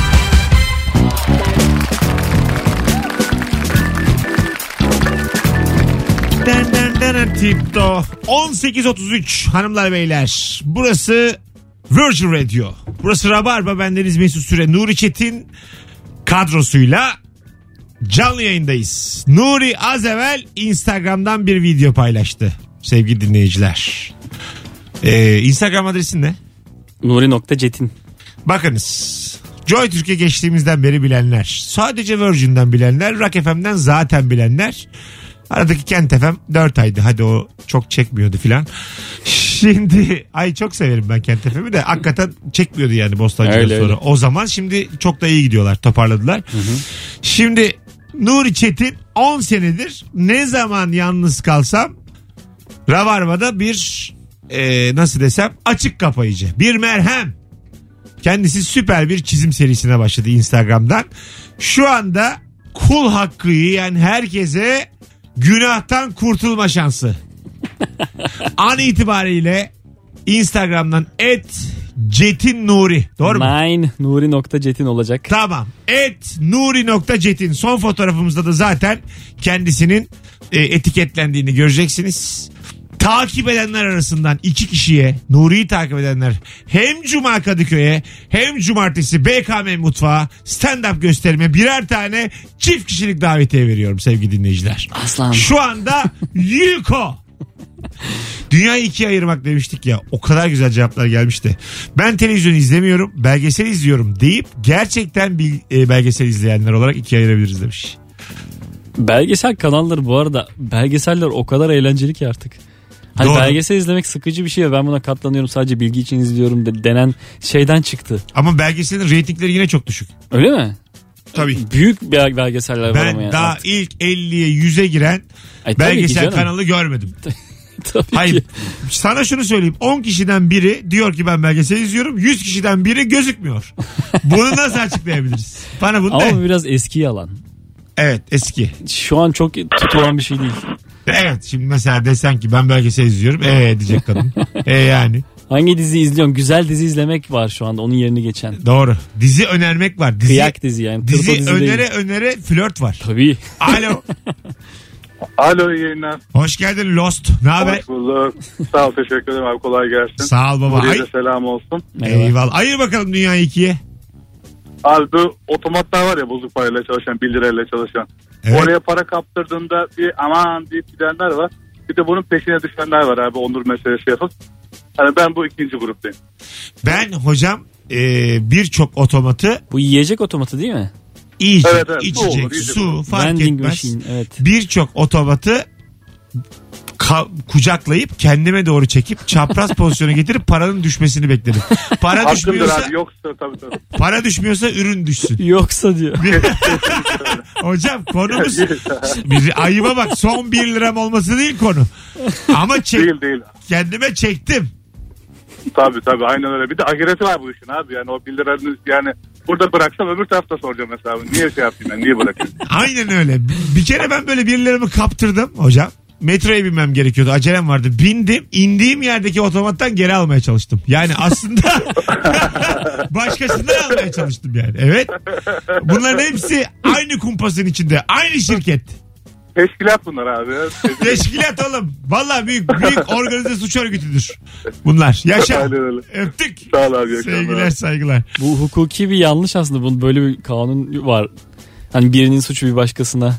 Den den den tipto. on sekiz otuz üç hanımlar beyler. Burası Virgin Radio. Burası Rabarba. Bendeniz Mesut Süre. Nuri Çetin kadrosuyla canlı yayındayız. Nuri az evvel Instagram'dan bir video paylaştı. Sevgili dinleyiciler. Ee, Instagram adresin ne? Nuri nokta Cetin. Bakınız. Joy Türkiye geçtiğimizden beri bilenler. Sadece Virgin'den bilenler. Rock F M'den zaten bilenler. Aradaki Kent F M dört aydı. Hadi o çok çekmiyordu filan. Şimdi ay çok severim ben Kent F M'i de. Hakikaten çekmiyordu yani Bostancı'dan öyle, sonra. öyle. O zaman şimdi çok da iyi gidiyorlar. Toparladılar. Hı hı. Şimdi Nuri Çetin on senedir ne zaman yalnız kalsam Rabarba'da bir e, nasıl desem açık kapayıcı. Bir merhem. Kendisi süper bir çizim serisine başladı Instagram'dan. Şu anda kul hakkı yiyen herkese günahtan kurtulma şansı. An itibariyle Instagram'dan et Cetin Nuri. Doğru mu? Mine Nuri nokta Cetin olacak. Tamam. Et Nuri nokta Cetin. Son fotoğrafımızda da zaten kendisinin e, etiketlendiğini göreceksiniz. Takip edenler arasından iki kişiye, Nuri'yi takip edenler, hem Cuma Kadıköy'e hem Cumartesi B K M Mutfağı stand-up gösterime birer tane çift kişilik davetiye veriyorum sevgili dinleyiciler. Aslan. Şu anda Yuko. Dünyayı ikiye ayırmak demiştik ya, o kadar güzel cevaplar gelmişti. Ben televizyon izlemiyorum, belgesel izliyorum deyip gerçekten bir e, belgesel izleyenler olarak ikiye ayırabiliriz demiş. Belgesel kanalları bu arada, belgeseller o kadar eğlenceli ki artık. Hani Doğru. belgesel izlemek sıkıcı bir şey ve ben buna katlanıyorum, sadece bilgi için izliyorum de, denen şeyden çıktı. Ama belgeselin reytingleri yine çok düşük. Öyle mi? Tabii. Büyük bir belgeseller var ama Ben yani. daha artık. ilk elliye yüze giren Ay, tabii ki belgesel canım. kanalı görmedim. Tabii Hayır. ki. Sana şunu söyleyeyim. on kişiden biri diyor ki ben belgesel izliyorum. yüz kişiden biri gözükmüyor. Bunu nasıl açıklayabiliriz? Bana bunu Ama de. bu biraz eski yalan. Evet, eski. Şu an çok tutulan bir şey değil. Evet, şimdi mesela desen ki ben belgesel izliyorum. Eee diyecek kadın. Eee yani. Hangi dizi izliyorsun? Güzel dizi izlemek var şu anda, onun yerini geçen. Doğru. Dizi önermek var. Dizi, Kıyak dizi yani. Tırto Dizi dizi önere değil. önere flört var. Tabii. Alo. Alo, iyi yayınlar. Hoş geldin Lost. Ne haber? Hoş bulduk. Sağ ol, teşekkür ederim abi, kolay gelsin. Sağ ol baba. Buraya Ay, da selam olsun. Merhaba. eyvallah. Ayır bakalım dünyayı ikiye. Abi bu otomatlar var ya, bozuk parayla çalışan, bir lirayla çalışan. Evet. Oraya para kaptırdığında bir aman deyip gidenler var. Bir de bunun peşine düşenler var abi, onur meselesi yapıp. Hani ben bu ikinci gruptayım. Ben hocam e, birçok otomatı Bu yiyecek otomatı değil mi? yiyecek, Evet, evet. Su içecek, olur, yiyecek su olur. fark Vending etmez. machine, evet. Birçok otomatı ka- kucaklayıp kendime doğru çekip çapraz pozisyona getirip paranın düşmesini bekledim. Para Hakkındır düşmüyorsa abi, yoksa tabii tabii. para düşmüyorsa ürün düşsün. Yoksa diyor. Hocam konumuz bir ayıba bak, son bir liram olması değil konu. Ama çek, Değil değil. kendime çektim. Tabii tabii, aynen öyle. Bir de ahireti var bu işin abi. Yani o bir liranın yani burada bıraksam öbür tarafta soracağım hesabını. Niye şey yapayım ben? Niye bırakayım? Aynen öyle. Bir kere ben böyle bir liramı kaptırdım hocam. Metroya binmem gerekiyordu. Acelem vardı. Bindim. İndiğim yerdeki otomattan geri almaya çalıştım. Yani aslında başkasından almaya çalıştım yani. Evet. Bunların hepsi aynı kumpasın içinde. Aynı şirket. Teşkilat bunlar abi. Teşkilat oğlum. Vallahi büyük büyük organize suç örgütüdür bunlar. Yaşa. Aynen öyle. Öptük. Sağ ol abi. Sevgiler, saygılar. Bu hukuki bir yanlış aslında. Bunun böyle bir kanun var. Hani birinin suçu bir başkasına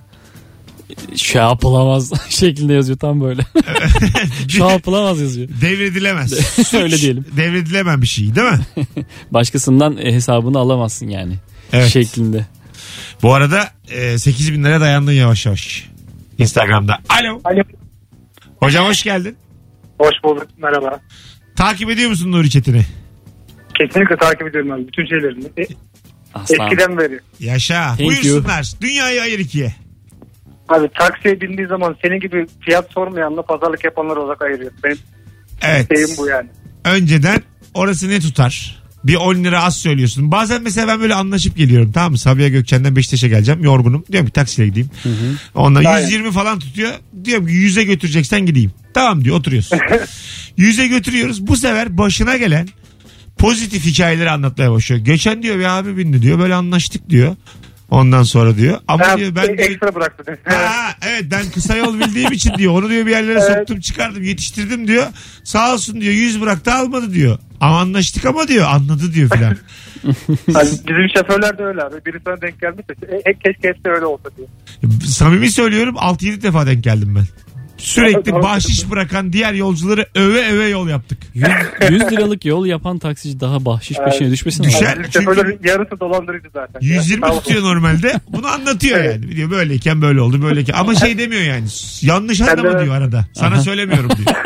şey yapılamaz şeklinde yazıyor tam böyle. Şey yapılamaz yazıyor. Devredilemez. Suç, öyle diyelim. Devredilemem bir şey değil mi? Başkasından hesabını alamazsın yani. Evet. Şeklinde. Bu arada e, sekiz bin lira dayandın yavaş yavaş. Instagram'da. Alo. Alo. Hocam hoş geldin. Hoş bulduk. Merhaba. Takip ediyor musun Nuri Çetin'i? Kesinlikle takip ediyorum abi. Bütün şeylerini. E, Aslan. eskiden beri. Yaşa. Thank Buyursunlar. Dünyayı ayır ikiye. Abi taksiye bindiği zaman senin gibi fiyat sormayanla pazarlık yapanlar olarak ayırıyor. Benim Evet. şeyim bu yani. Önceden orası ne tutar? Bir on lira az söylüyorsun. Bazen mesela ben böyle anlaşıp geliyorum, tamam mı? Sabiha Gökçen'den Beşiktaş'a geleceğim. Yorgunum. Diyorum ki taksiyle gideyim. Hı hı. Ondan Aynen. yüz yirmi falan tutuyor. Diyorum ki yüze götüreceksen gideyim. Tamam diyor, oturuyorsun. yüze götürüyoruz. Bu sefer başına gelen pozitif hikayeleri anlatmaya başlıyor. Geçen diyor bir abi bindi diyor. Böyle anlaştık diyor. Ondan sonra diyor. Ama Ha, diyor ben diyor, ekstra bıraktı. ha, evet ben kısa yol bildiğim için diyor. Onu diyor bir yerlere Evet. soktum çıkardım yetiştirdim diyor. Sağ olsun diyor yüz bıraktı almadı diyor. Ama anlaştık ama diyor anladı diyor filan. Hani bizim şoförler de öyle abi. Biri sana denk gelmişse e, keşke hepsi öyle olsa diyor. Samimi söylüyorum altı yedi defa denk geldim ben. Sürekli Evet, bahşiş bırakan diğer yolcuları öve öve yol yaptık. yüz liralık yol yapan taksici daha bahşiş peşine düşmesin. Düşer. Yani bizim şoförlerin yarısı dolandırıcı zaten. yüz yirmi Tamam. tutuyor normalde. Bunu anlatıyor Evet. yani. Diyor böyleyken böyle oldu böyleyken. Ama şey demiyor yani. Yanlış anlama de- diyor arada. Sana söylemiyorum diyor.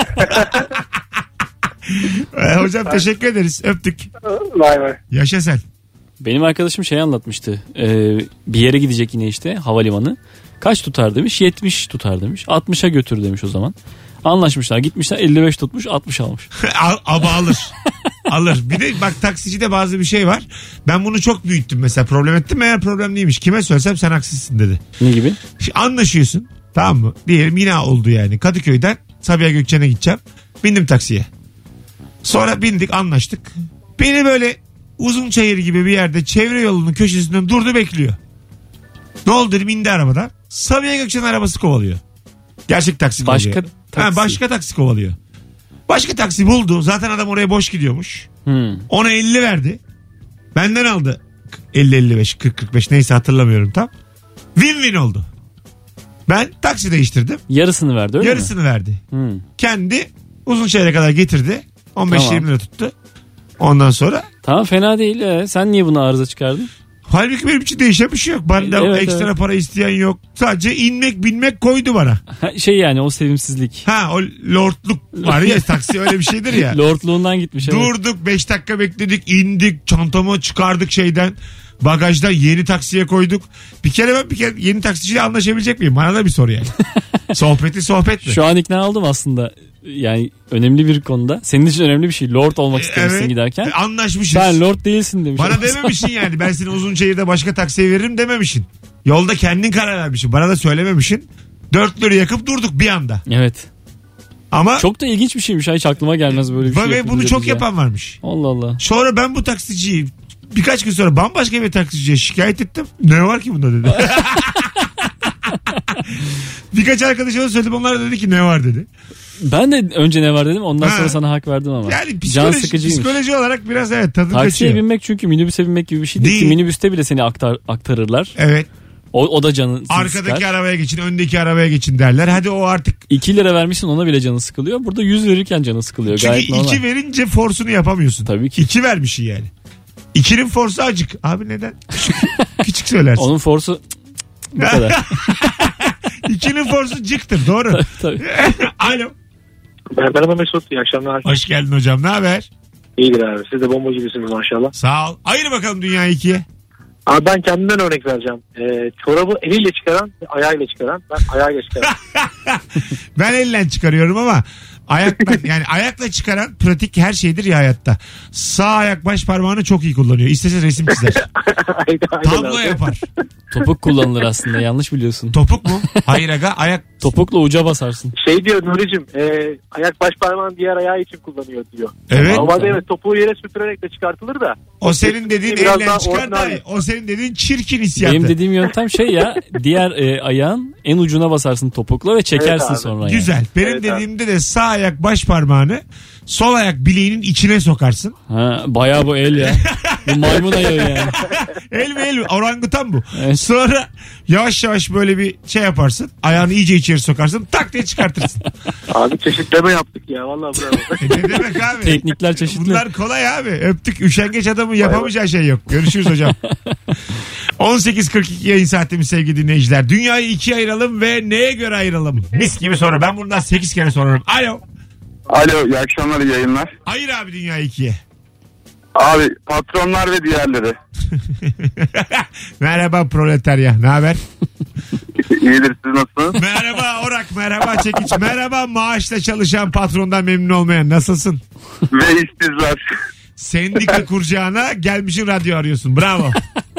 Ee, Hocam teşekkür ederiz. Öptük. Vay vay. Yaşa sen. Benim arkadaşım şey anlatmıştı. Ee, bir yere gidecek yine işte havalimanı. Kaç tutar demiş? yetmiş tutar demiş. altmışa götür demiş o zaman. Anlaşmışlar. Gitmişler elli beş tutmuş altmış almış. Al, ama alır. Alır. Bir de bak taksicide bazı bir şey var. Ben bunu çok büyüttüm mesela. Problem ettim meğer problem değilmiş. Kime söylesem sen haksızsın dedi. Ne gibi? Şimdi anlaşıyorsun. Tamam mı? Diyelim yine oldu yani. Kadıköy'den Sabiha Gökçen'e gideceğim. Bindim taksiye. Sonra bindik anlaştık. Beni böyle Uzunçayır gibi bir yerde çevre yolunun köşesinden durdu bekliyor. Ne oldu dedim, indi arabadan. Sabiha Gökçen arabası kovalıyor. Gerçek taksi Başka kovalıyor. taksi. Ha, başka taksi kovalıyor. Başka taksi buldu. Zaten adam oraya boş gidiyormuş. Hmm. Ona elli verdi. Benden aldı. elli elli beş kırk kırk beş neyse hatırlamıyorum tam. Win-win oldu. Ben taksi değiştirdim. Yarısını verdi öyle Yarısını mi? verdi. Hmm. Kendi Uzunçayır'a kadar getirdi. on beş yirmi Tamam. lira tuttu. Ondan sonra Tamam fena değil. Ee, sen niye bunu arıza çıkardın? halbuki benim için değişen bir şey yok. Benden Evet, ekstra evet. para isteyen yok. Sadece inmek binmek koydu bana. Ha, şey yani o sevimsizlik. Ha o lordluk var ya taksi öyle bir şeydir ya. Lordluğundan gitmiş. Evet. Durduk beş dakika bekledik indik çantamı çıkardık şeyden. Bagajdan yeni taksiye koyduk. Bir kere ben bir kere yeni taksiciyle anlaşabilecek miyim? Bana da bir soru yani. Sohbeti sohbet mi? Şu an ikna oldum aslında. Yani önemli bir konuda. Senin için önemli bir şey. Lord olmak istemişsin Evet. giderken. Anlaşmışız. Sen lord değilsin demiş. Bana dememişsin yani. Ben seni Uzunçayır'da başka taksiye veririm dememişsin. Yolda kendin karar vermişsin. Bana da söylememişsin. Dörtleri yakıp durduk bir anda. Evet. Ama Çok da ilginç bir şeymiş. Hiç aklıma gelmez böyle bir şey. ve yapılacak bunu çok ya. yapan varmış. Allah Allah. Sonra ben bu taksiciyi birkaç gün sonra bambaşka bir taksiciye şikayet ettim. Ne var ki bunda dedi. Birkaç arkadaşıma söyledim, onlar da dedi ki ne var dedi. Ben de önce ne var dedim, ondan Ha. sonra sana hak verdim ama. Yani Can psikoloji, sıkıcıymış. psikoloji olarak biraz evet tadı Taksiye kaçıyor. binmek çünkü minibüse binmek gibi bir şey değil, Değil. ki minibüste bile seni aktar, aktarırlar. Evet. O, o da canı Arkadaki sıkar. arabaya geçin, öndeki arabaya geçin derler. Hadi o artık. iki lira vermişsin, ona bile canı sıkılıyor. Burada yüz verirken canı sıkılıyor. Çünkü Gayet normal. iki verince forsunu yapamıyorsun. Tabii ki. iki vermişsin yani. ikinin forsu acık. Abi neden? Küçük, küçük söylersin. Onun forsu bu kadar. ikinin forsu cıktır. Doğru. Tabii, tabii. Alo. Merhaba Mesut. İyi akşamlar. Hoş geldin hocam. Ne haber? İyidir abi. Siz de bomba gibisiniz maşallah. Sağ ol. Ayır bakalım dünyayı ikiye. Abi ben kendimden örnek vereceğim. Ee, çorabı eliyle çıkaran, ayağıyla çıkaran. Ben ayağıyla çıkaran. Ben elle çıkarıyorum ama ayakla yani ayakla çıkaran pratik her şeydir ya hayatta. Sağ ayak baş parmağını çok iyi kullanıyor. İstese resim çizer. Aynen, aynen Tablo abi. yapar. Topuk kullanılır aslında, yanlış biliyorsun. Topuk mu? Hayır aga, ayak. Topukla uca basarsın. Şey diyor Nuri'cim, e, ayak baş parmağını diğer ayağı için kullanıyor diyor. Evet. Normalde evet topuğu yere süpürerek de çıkartılır da. O senin dediğin Biraz elle daha çıkar da orijinal. o senin dediğin çirkin hissiyatı. Benim dediğim yöntem şey ya, diğer e, ayağın en ucuna basarsın topukla ve çekersin Evet abi. sonra. Yani. Güzel. Benim Evet dediğimde de sağ ayak baş parmağını sol ayak bileğinin içine sokarsın. Ha, bayağı bu el ya. Bu maymun ayağı yani. El mi el mi? Orangutan bu. Evet. Sonra yavaş yavaş böyle bir şey yaparsın. Ayağını iyice içeri sokarsın. Tak diye çıkartırsın. Abi çeşitleme yaptık ya vallahi bravo. E ne demek abi? Teknikler çeşitli. Bunlar kolay abi. Öptük. Üşengeç adamın yapamayacağı şey yok. Görüşürüz hocam. on sekiz kırk iki yayın saatimiz sevgili dinleyiciler. Dünyayı ikiye ayıralım ve neye göre ayıralım? Mis gibi soru. Ben bundan sekiz kere sorarım. Alo. Alo, iyi akşamlar, iyi yayınlar. Ayır abi dünyayı ikiye. Abi patronlar ve diğerleri. Merhaba proletarya. Ne haber? İyidir, siz nasılsınız? Merhaba orak. Merhaba çekiç. Merhaba maaşla çalışan, patrondan memnun olmayan. Nasılsın? Ve işsizler. Sendika kuracağına gelmişin radyo arıyorsun. Bravo.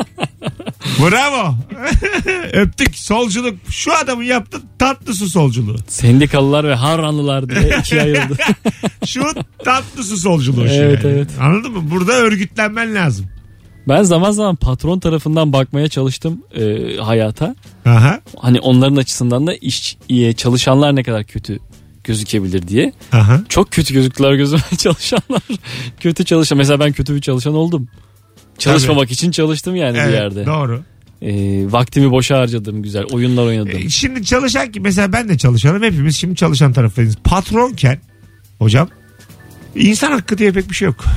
Bravo. Öptük. Solculuk. Şu adamın yaptığı tatlı su solculuğu. Sendikalılar ve Harranlılar diye ikiye ayrıldı. Şu tatlı su solculuğu. şu Evet, yani. evet. Anladın mı? Burada örgütlenmen lazım. Ben zaman zaman patron tarafından bakmaya çalıştım e, hayata. Aha. Hani onların açısından da iş iyi, çalışanlar ne kadar kötü gözükebilir diye. Aha. Çok kötü gözüktüler gözüme çalışanlar. Kötü çalışan. Mesela ben kötü bir çalışan oldum. Çalışmamak Tabii. için çalıştım yani Evet, bir yerde. doğru. E, vaktimi boşa harcadım, güzel oyunlar oynadım. E, Şimdi çalışan ki mesela ben de çalışanım. Hepimiz şimdi çalışan taraftayız. Patronken hocam insan hakkı diye pek bir şey yok.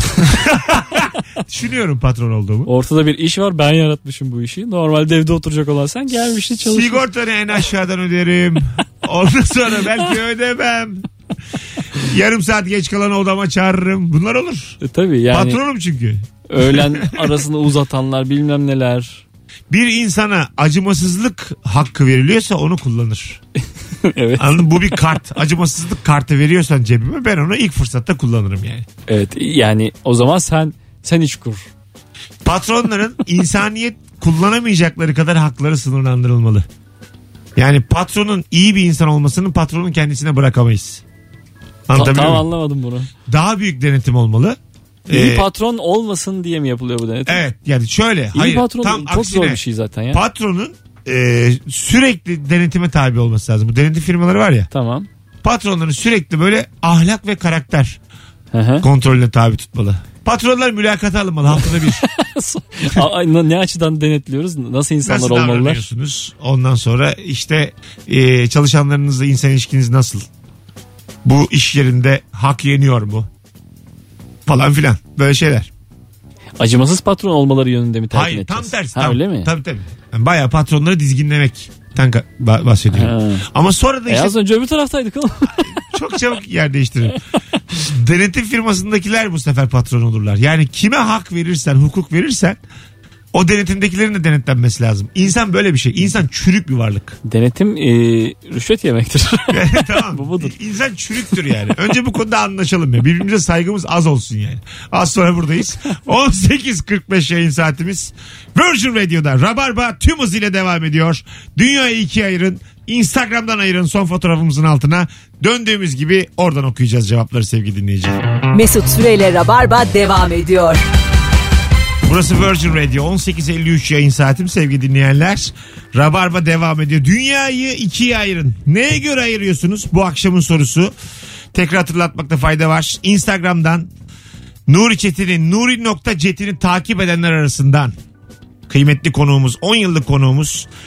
Düşünüyorum patron olduğumu. Ortada bir iş var, ben yaratmışım bu işi. Normalde evde oturacak olan sen gelmişti çalışmışsın. Sigortanı en aşağıdan öderim. Ondan sonra belki ödemem. Yarım saat geç kalan odama çağırırım. Bunlar olur. E, tabii yani. Patronum çünkü. Öğlen arasını uzatanlar bilmem neler. Bir insana acımasızlık hakkı veriliyorsa onu kullanır. Evet. Anladın mı? Bu bir kart. Acımasızlık kartı veriyorsan cebime ben onu ilk fırsatta kullanırım yani. Evet yani o zaman sen sen iş kur. Patronların insaniyet kullanamayacakları kadar hakları sınırlandırılmalı. Yani patronun iyi bir insan olmasını patronun kendisine bırakamayız. Ta- Anlatabiliyor tamam muyum? anlamadım bunu. Daha büyük denetim olmalı. İyi Ee, patron olmasın diye mi yapılıyor bu denetim? Evet yani şöyle. İyi hayır, patron tam çok aksine, zor bir şey zaten ya. Patronun e, sürekli denetime tabi olması lazım. Bu denetim firmaları var ya. Tamam. Patronların sürekli böyle ahlak ve karakter Hı hı. kontrolüne tabi tutmalı. Patronlar mülakata alınmalı haftada bir. A- ne açıdan denetliyoruz? Nasıl insanlar Nasıl olmalılar? davranıyorsunuz? Ondan sonra işte e, çalışanlarınızla insan ilişkiniz nasıl? Bu iş yerinde hak yeniyor mu? Falan filan. Böyle şeyler. Acımasız patron olmaları yönünde mi terkin Hayır edeceğiz? tam tersi. Ha, tam, öyle mi? Tabii tabii. Yani bayağı patronları dizginlemekten ka- ba- bahsediyorum. Ha. Ama sonra da E işte az önce öbür taraftaydık oğlum. çok çabuk yer değiştirir. Denetim firmasındakiler bu sefer patron olurlar. Yani kime hak verirsen, hukuk verirsen o denetimdekilerin de denetlenmesi lazım. İnsan böyle bir şey. İnsan çürük bir varlık. Denetim e, rüşvet yemektir. Tamam. Bu budur. İnsan çürüktür yani. Önce bu konuda anlaşalım ya. Birbirimize saygımız az olsun yani. Az sonra buradayız. on sekiz kırk beş yayın saatimiz. Virgin Radio'da Rabarba tüm hızıyla devam ediyor. Dünyayı ikiye ayırın. Instagram'dan ayırın son fotoğrafımızın altına. Döndüğümüz gibi oradan okuyacağız cevapları sevgili dinleyiciler. Mesut Süreyle Rabarba devam ediyor. Burası Virgin Radio on sekiz elli üç yayın saatim sevgili dinleyenler. Rabarba devam ediyor. Dünyayı ikiye ayırın. Neye göre ayırıyorsunuz? Bu akşamın sorusu. Tekrar hatırlatmakta fayda var. Instagram'dan Nuri Çetin'in Nuri nokta Çetin'i takip edenler arasından kıymetli konuğumuz, on yıllık konuğumuz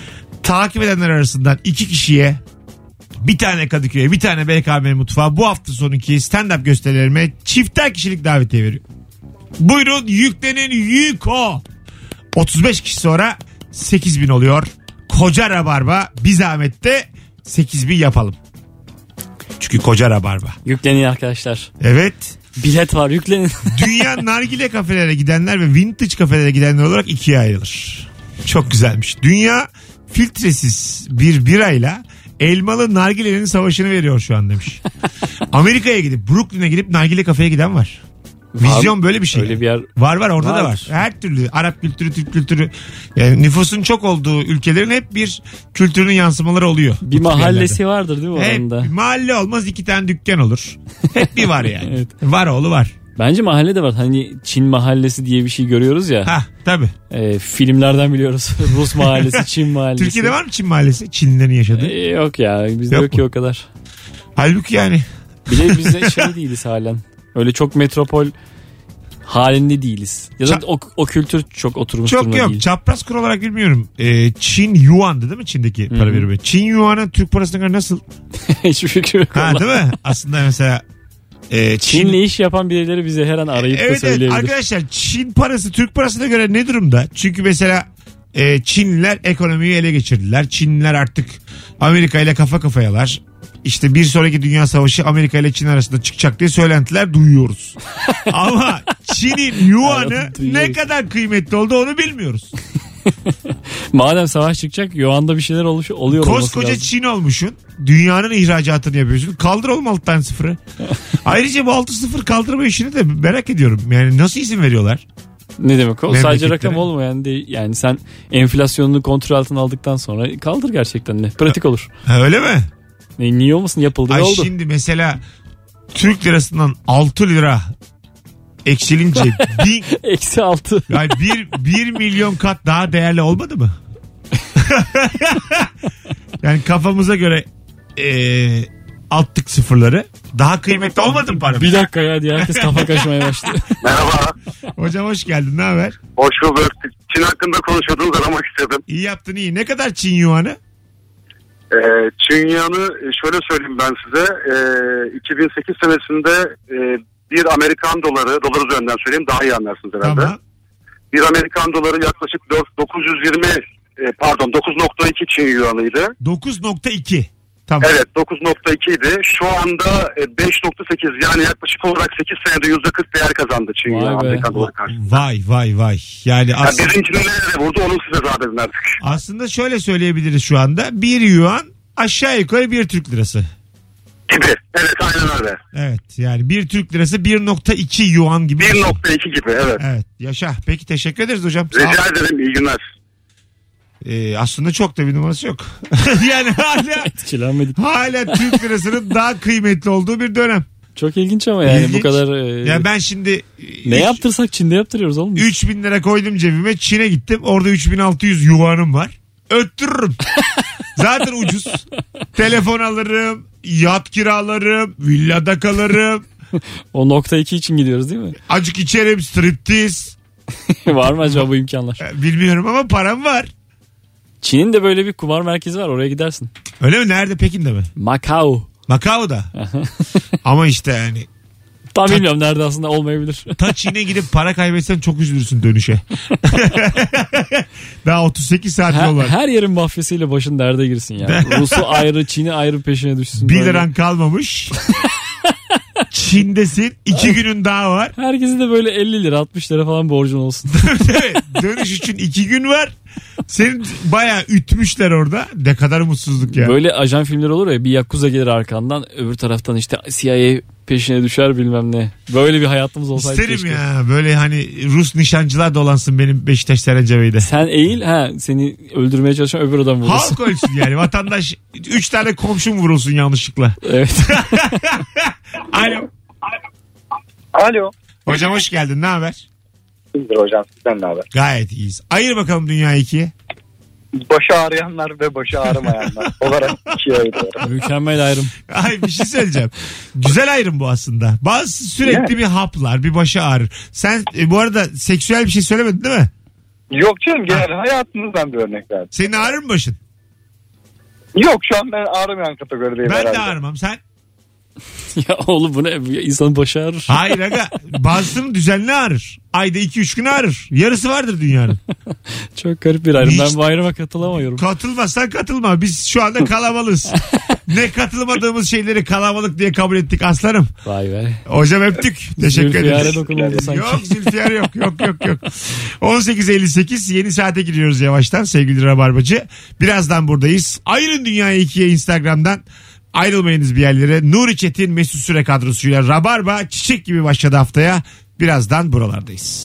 takip edenler arasından iki kişiye bir tane Kadıköy'e bir tane B K M Mutfağı bu hafta sonunki stand-up gösterilerime çifter kişilik davetiye veriyor. Buyurun yüklenin yük o. otuz beş kişi sonra sekiz bin oluyor. Koca Rabarba bir zahmet de sekiz bin yapalım. Çünkü koca Rabarba. Yüklenin arkadaşlar. Evet. Bilet var yüklenin. Dünya nargile kafelere gidenler ve vintage kafelere gidenler olarak ikiye ayrılır. Çok güzelmiş. Dünya filtresiz bir birayla elmalı nargilenin savaşını veriyor şu an demiş. Amerika'ya gidip Brooklyn'e gidip nargile kafeye giden var. Vizyon böyle bir şey. Öyle bir yer var var orada var. da var. Her türlü Arap kültürü, Türk kültürü, yani nüfusun çok olduğu ülkelerin hep bir kültürünün yansımaları oluyor. Bir mahallesi yerlerde vardır değil mi hep, oranda? mahalle olmaz iki tane dükkan olur. Hep bir var yani. Evet. Var oğlu var. Bence mahalle de var. Hani Çin mahallesi diye bir şey görüyoruz ya. Ha tabii. E, filmlerden biliyoruz. Rus mahallesi, Çin mahallesi. Türkiye'de var mı Çin mahallesi? Çinlilerin yaşadığı. E, yok ya bizde yok, yok ki o kadar. Halbuki yani. Bir de biz de şey değiliz halen. Öyle çok metropol halinde değiliz. Ya da Ça- o, o kültür çok oturmuş Çok durumda yok. değil. Çapraz kur olarak bilmiyorum. Ee, Çin Yuan'dı değil mi Çin'deki para birimi? Çin Yuan'ın Türk parasına göre nasıl? Hiçbir fikrim yok. Ha değil mi? Aslında mesela e, Çin... Çin'le iş yapan birileri bize her an arayıp evet, da söyleyebilir. Evet arkadaşlar Çin parası Türk parasına göre ne durumda? Çünkü mesela e, Çinliler ekonomiyi ele geçirdiler. Çinliler artık Amerika ile kafa kafayalar. İşte bir sonraki dünya savaşı Amerika ile Çin arasında çıkacak diye söylentiler duyuyoruz. Ama Çin'in yuanı ne kadar kıymetli oldu onu bilmiyoruz. Madem savaş çıkacak yuanda bir şeyler oluş, oluyor olması lazım. Koskoca Çin olmuşsun. Dünyanın ihracatını yapıyorsun. Kaldır oğlum altı tane sıfırı. Ayrıca bu altı sıfır kaldırma işini de merak ediyorum. Yani nasıl izin veriyorlar? Ne demek o? Sadece Memleketlere. rakam olmayan değil. Yani sen enflasyonunu kontrol altına aldıktan sonra kaldır gerçekten de. Pratik olur. Ha, öyle mi? Ne, niye olmasın yapıldı Ay ne oldu? şimdi mesela Türk lirasından altı lira eksilince bin, Eksi altı. yani bir, bir milyon kat daha değerli olmadı mı? Yani kafamıza göre ee, attık sıfırları. Daha kıymetli olmadı mı paramız? Bir dakika ya diye herkes kafa kaşımaya başladı. Merhaba. Hocam hoş geldin, ne haber? Hoş bulduk. Çin hakkında konuşuyordunuz, aramak istedim. İyi yaptın, iyi. Ne kadar Çin yuanı? Ee, Çin yuanı şöyle söyleyeyim ben size. Ee, iki bin sekiz senesinde e, bir Amerikan doları, dolar üzerinden söyleyeyim daha iyi anlarsınız herhalde. Tamam. Bir Amerikan doları yaklaşık dokuz yüz yirmi e, pardon dokuz nokta iki Çin yuanıydı. dokuz nokta iki. Tamam. Evet dokuz nokta iki idi. Şu anda beş nokta sekiz, yani yaklaşık olarak sekiz senede yüzde kırk değer kazandı Çin Vay yuanı be. Amerikan doları karşısında. Vay vay vay. Yani Yani aslında, bizimkinin nerede vurdu onu size rahat edin artık. aslında şöyle söyleyebiliriz şu anda. Bir yuan aşağı yukarı bir Türk lirası. Gibi. Evet aynen öyle. Evet yani bir Türk lirası bir nokta iki yuan gibi. bir nokta iki gibi evet. Evet yaşa. Peki teşekkür ederiz hocam. Sağ ol. Rica ederim, iyi günler. Ee, aslında çok da bir numarası yok. Yani hala Etkilenmedik. hala Türk lirasının daha kıymetli olduğu bir dönem. Çok ilginç ama yani İlginç. bu kadar. E, Ya ben şimdi ne yaptırsak Çin'de yaptırıyoruz oğlum. üç bin lira koydum cebime, Çin'e gittim. Orada üç bin altı yüz yuanım var. Öttürürüm. Zaten ucuz. Telefon alırım, yat kiralarım, villada kalırım. O nokta iki için gidiyoruz değil mi? Acık içerim, striptiz. Var mı acaba bu imkanlar? Bilmiyorum ama param var. Çin'in de böyle bir kumar merkezi var, oraya gidersin. Öyle mi? Nerede? Pekin'de mi? Macau. Macau'da. Ama işte yani. Tam bilmiyorum nerede, aslında olmayabilir. Ta Çin'e gidip para kaybetsen çok üzülürsün dönüşe. Daha otuz sekiz saat Her, yol var. her yerin mafyasıyla başın derde girsin ya. Rus'u ayrı, Çin'i ayrı peşine düşsün. Bir böyle. liran kalmamış. Çin'desin. iki günün daha var. Herkesin de böyle elli lira altmış lira falan borcun olsun. Evet, dönüş için iki gün var. Senin bayağı ütmüşler orada. Ne kadar mutsuzluk ya. Böyle ajan filmleri olur ya, bir yakuza gelir arkandan, öbür taraftan işte C I A peşine düşer bilmem ne. Böyle bir hayatımız olsaydı İsterim keşke. ya. Böyle hani Rus nişancılar dolansın benim Beşiktaş Serencebe'de. Sen eğil, ha seni öldürmeye çalışan öbür adam vurursun. Halk ölsün yani. Vatandaş üç tane komşum vurulsun yanlışlıkla. Evet. Alo. Alo. Hocam hoş geldin. Ne haber? Sizdir hocam, sizden ne haber? Gayet iyiyiz. Ayır bakalım dünyayı ikiye. Başı ağrıyanlar ve başı ağrımayanlar olarak ikiye ayırıyorum. Mükemmel ayrım. Ay bir şey söyleyeceğim. Güzel ayrım bu aslında. Bazı sürekli Evet. bir haplar, bir başı ağrır. Sen e, bu arada seksüel bir şey söylemedin değil mi? Yok canım, genel hayatınızdan bir örnek verdim. Senin ağrır mı başın? Yok şu an ben ağrımayan kategorideyim Ben herhalde. de ağrımam. Sen? Ya oğlum bu ne? İnsanın başı ağrır. Hayır aga. Bazısının düzenli ağrır. Ayda iki üç gün ağrır. Yarısı vardır dünyanın. Çok garip bir ayrım. Hiç- Ben bu ayrıma katılamıyorum. Katılmazsan katılma. Biz şu anda kalabalığız. Ne katılmadığımız şeyleri kalabalık diye kabul ettik aslanım. Vay be. Hocam öptük. Teşekkür Zülfiyare ederiz. dokunuldu sanki. Yok Zülfiyar yok. Yok yok yok. on sekiz elli sekiz yeni saate giriyoruz yavaştan sevgili Rabarbacı. Birazdan buradayız. Ayırın dünyayı ikiye Instagram'dan. Ayrılmayınız bir yerlere. Nuri Çetin Mesut Süre kadrosuyla Rabarba çiçek gibi başladı haftaya. Birazdan buralardayız.